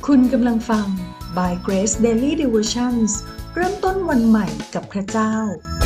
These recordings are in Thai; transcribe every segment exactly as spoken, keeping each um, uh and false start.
คุณกำลังฟัง by Grace Daily Devotions เริ่มต้นวันใหม่กับพระเจ้า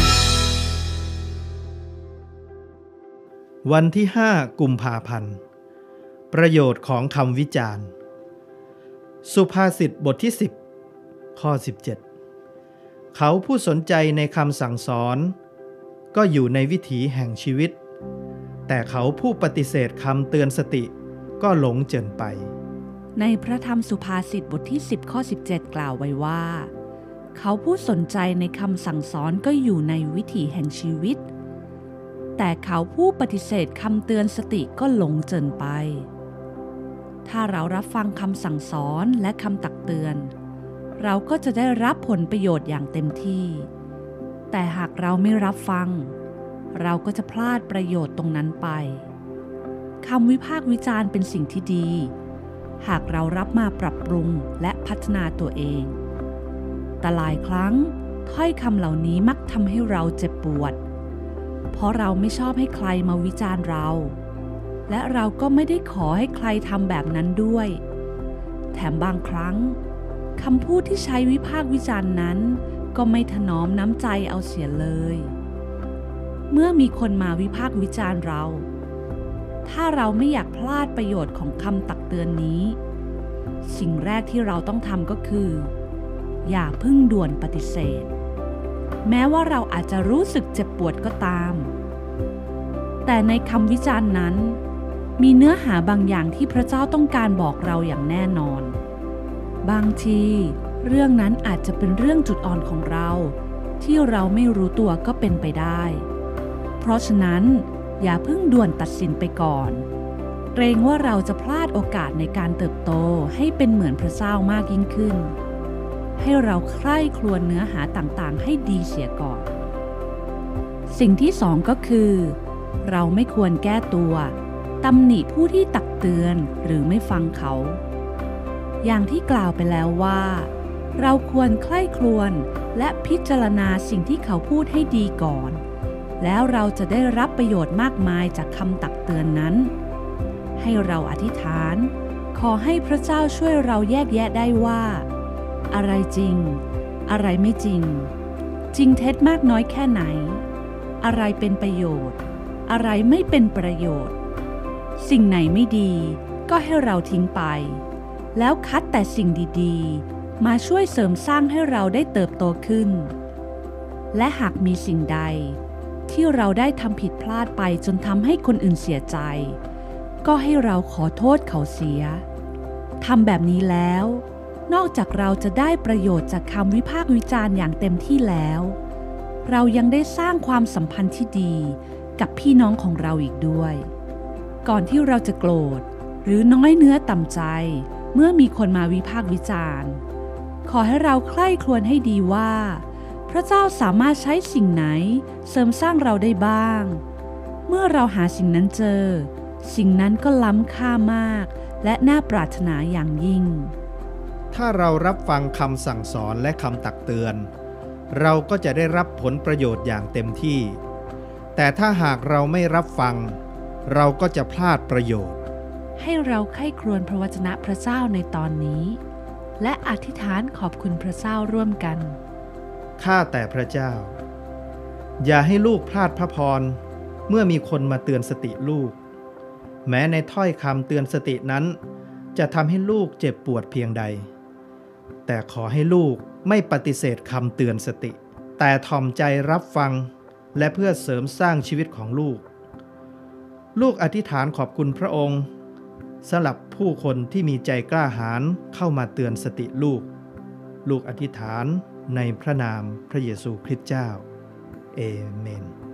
วันที่ห้ากุมภาพันธ์ประโยชน์ของคำวิจารณ์สุภาษิตบทที่สิบข้อสิบเจ็ดเขาผู้สนใจในคำสั่งสอนก็อยู่ในวิถีแห่งชีวิตแต่เขาผู้ปฏิเสธคำเตือนสติก็หลงเจินไปในพระธรรมสุภาษิตบทที่สิบข้อสิบเจ็ดกล่าวไว้ว่าเขาผู้สนใจในคำสั่งสอนก็อยู่ในวิถีแห่งชีวิตแต่เขาผู้ปฏิเสธคำเตือนสติก็หลงเจินไปถ้าเรารับฟังคำสั่งสอนและคำตักเตือนเราก็จะได้รับผลประโยชน์อย่างเต็มที่แต่หากเราไม่รับฟังเราก็จะพลาดประโยชน์ตรงนั้นไปคำวิพากษ์วิจารณ์เป็นสิ่งที่ดีหากเรารับมาปรับปรุงและพัฒนาตัวเองแต่หลายครั้งถ้อยคำเหล่านี้มักทำให้เราเจ็บปวดเพราะเราไม่ชอบให้ใครมาวิจารณ์เราและเราก็ไม่ได้ขอให้ใครทำแบบนั้นด้วยแถมบางครั้งคำพูดที่ใช้วิพากษ์วิจารณ์นั้นก็ไม่ถนอมน้ำใจเอาเสียเลยเมื่อมีคนมาวิพากษ์วิจารณ์เราถ้าเราไม่อยากพลาดประโยชน์ของคำตักเตือนนี้สิ่งแรกที่เราต้องทำก็คืออย่าเพิ่งด่วนปฏิเสธแม้ว่าเราอาจจะรู้สึกเจ็บปวดก็ตามแต่ในคำวิจารณ์นั้นมีเนื้อหาบางอย่างที่พระเจ้าต้องการบอกเราอย่างแน่นอนบางทีเรื่องนั้นอาจจะเป็นเรื่องจุดอ่อนของเราที่เราไม่รู้ตัวก็เป็นไปได้เพราะฉะนั้นอย่าเพิ่งด่วนตัดสินไปก่อนเกรงว่าเราจะพลาดโอกาสในการเติบโตให้เป็นเหมือนพระเจ้ามากยิ่งขึ้นให้เราใคร่ครวญเนื้อหาต่างๆให้ดีเสียก่อนสิ่งที่สองก็คือเราไม่ควรแก้ตัวตำหนิผู้ที่ตักเตือนหรือไม่ฟังเขาอย่างที่กล่าวไปแล้วว่าเราควรใคร่ครวญและพิจารณาสิ่งที่เขาพูดให้ดีก่อนแล้วเราจะได้รับประโยชน์มากมายจากคำตักเตือนนั้นให้เราอธิษฐานขอให้พระเจ้าช่วยเราแยกแยะได้ว่าอะไรจริงอะไรไม่จริงจริงเท็จมากน้อยแค่ไหนอะไรเป็นประโยชน์อะไรไม่เป็นประโยชน์สิ่งไหนไม่ดีก็ให้เราทิ้งไปแล้วคัดแต่สิ่งดีๆมาช่วยเสริมสร้างให้เราได้เติบโตขึ้นและหากมีสิ่งใดที่เราได้ทำผิดพลาดไปจนทำให้คนอื่นเสียใจก็ให้เราขอโทษเขาเสียทำแบบนี้แล้วนอกจากเราจะได้ประโยชน์จากคำวิพากษ์วิจารณ์อย่างเต็มที่แล้วเรายังได้สร้างความสัมพันธ์ที่ดีกับพี่น้องของเราอีกด้วยก่อนที่เราจะโกรธหรือน้อยเนื้อต่ำใจเมื่อมีคนมาวิพากษ์วิจารณ์ขอให้เราใคร่ครวญให้ดีว่าพระเจ้าสามารถใช้สิ่งไหนเสริมสร้างเราได้บ้างเมื่อเราหาสิ่งนั้นเจอสิ่งนั้นก็ล้ำค่ามากและน่าปรารถนาอย่างยิ่งถ้าเรารับฟังคำสั่งสอนและคำตักเตือนเราก็จะได้รับผลประโยชน์อย่างเต็มที่แต่ถ้าหากเราไม่รับฟังเราก็จะพลาดประโยชน์ให้เราใคร่ครวญพระวจนะพระเจ้าในตอนนี้และอธิษฐานขอบคุณพระเจ้าร่วมกันข้าแต่พระเจ้าอย่าให้ลูกพลาดพระพรเมื่อมีคนมาเตือนสติลูกแม้ในถ้อยคำเตือนสตินั้นจะทำให้ลูกเจ็บปวดเพียงใดแต่ขอให้ลูกไม่ปฏิเสธคำเตือนสติแต่ถ่อมใจรับฟังและเพื่อเสริมสร้างชีวิตของลูกลูกอธิษฐานขอบคุณพระองค์สำหรับผู้คนที่มีใจกล้าหาญเข้ามาเตือนสติลูกลูกอธิษฐานในพระนามพระเยซูคริสต์เจ้าเอเมน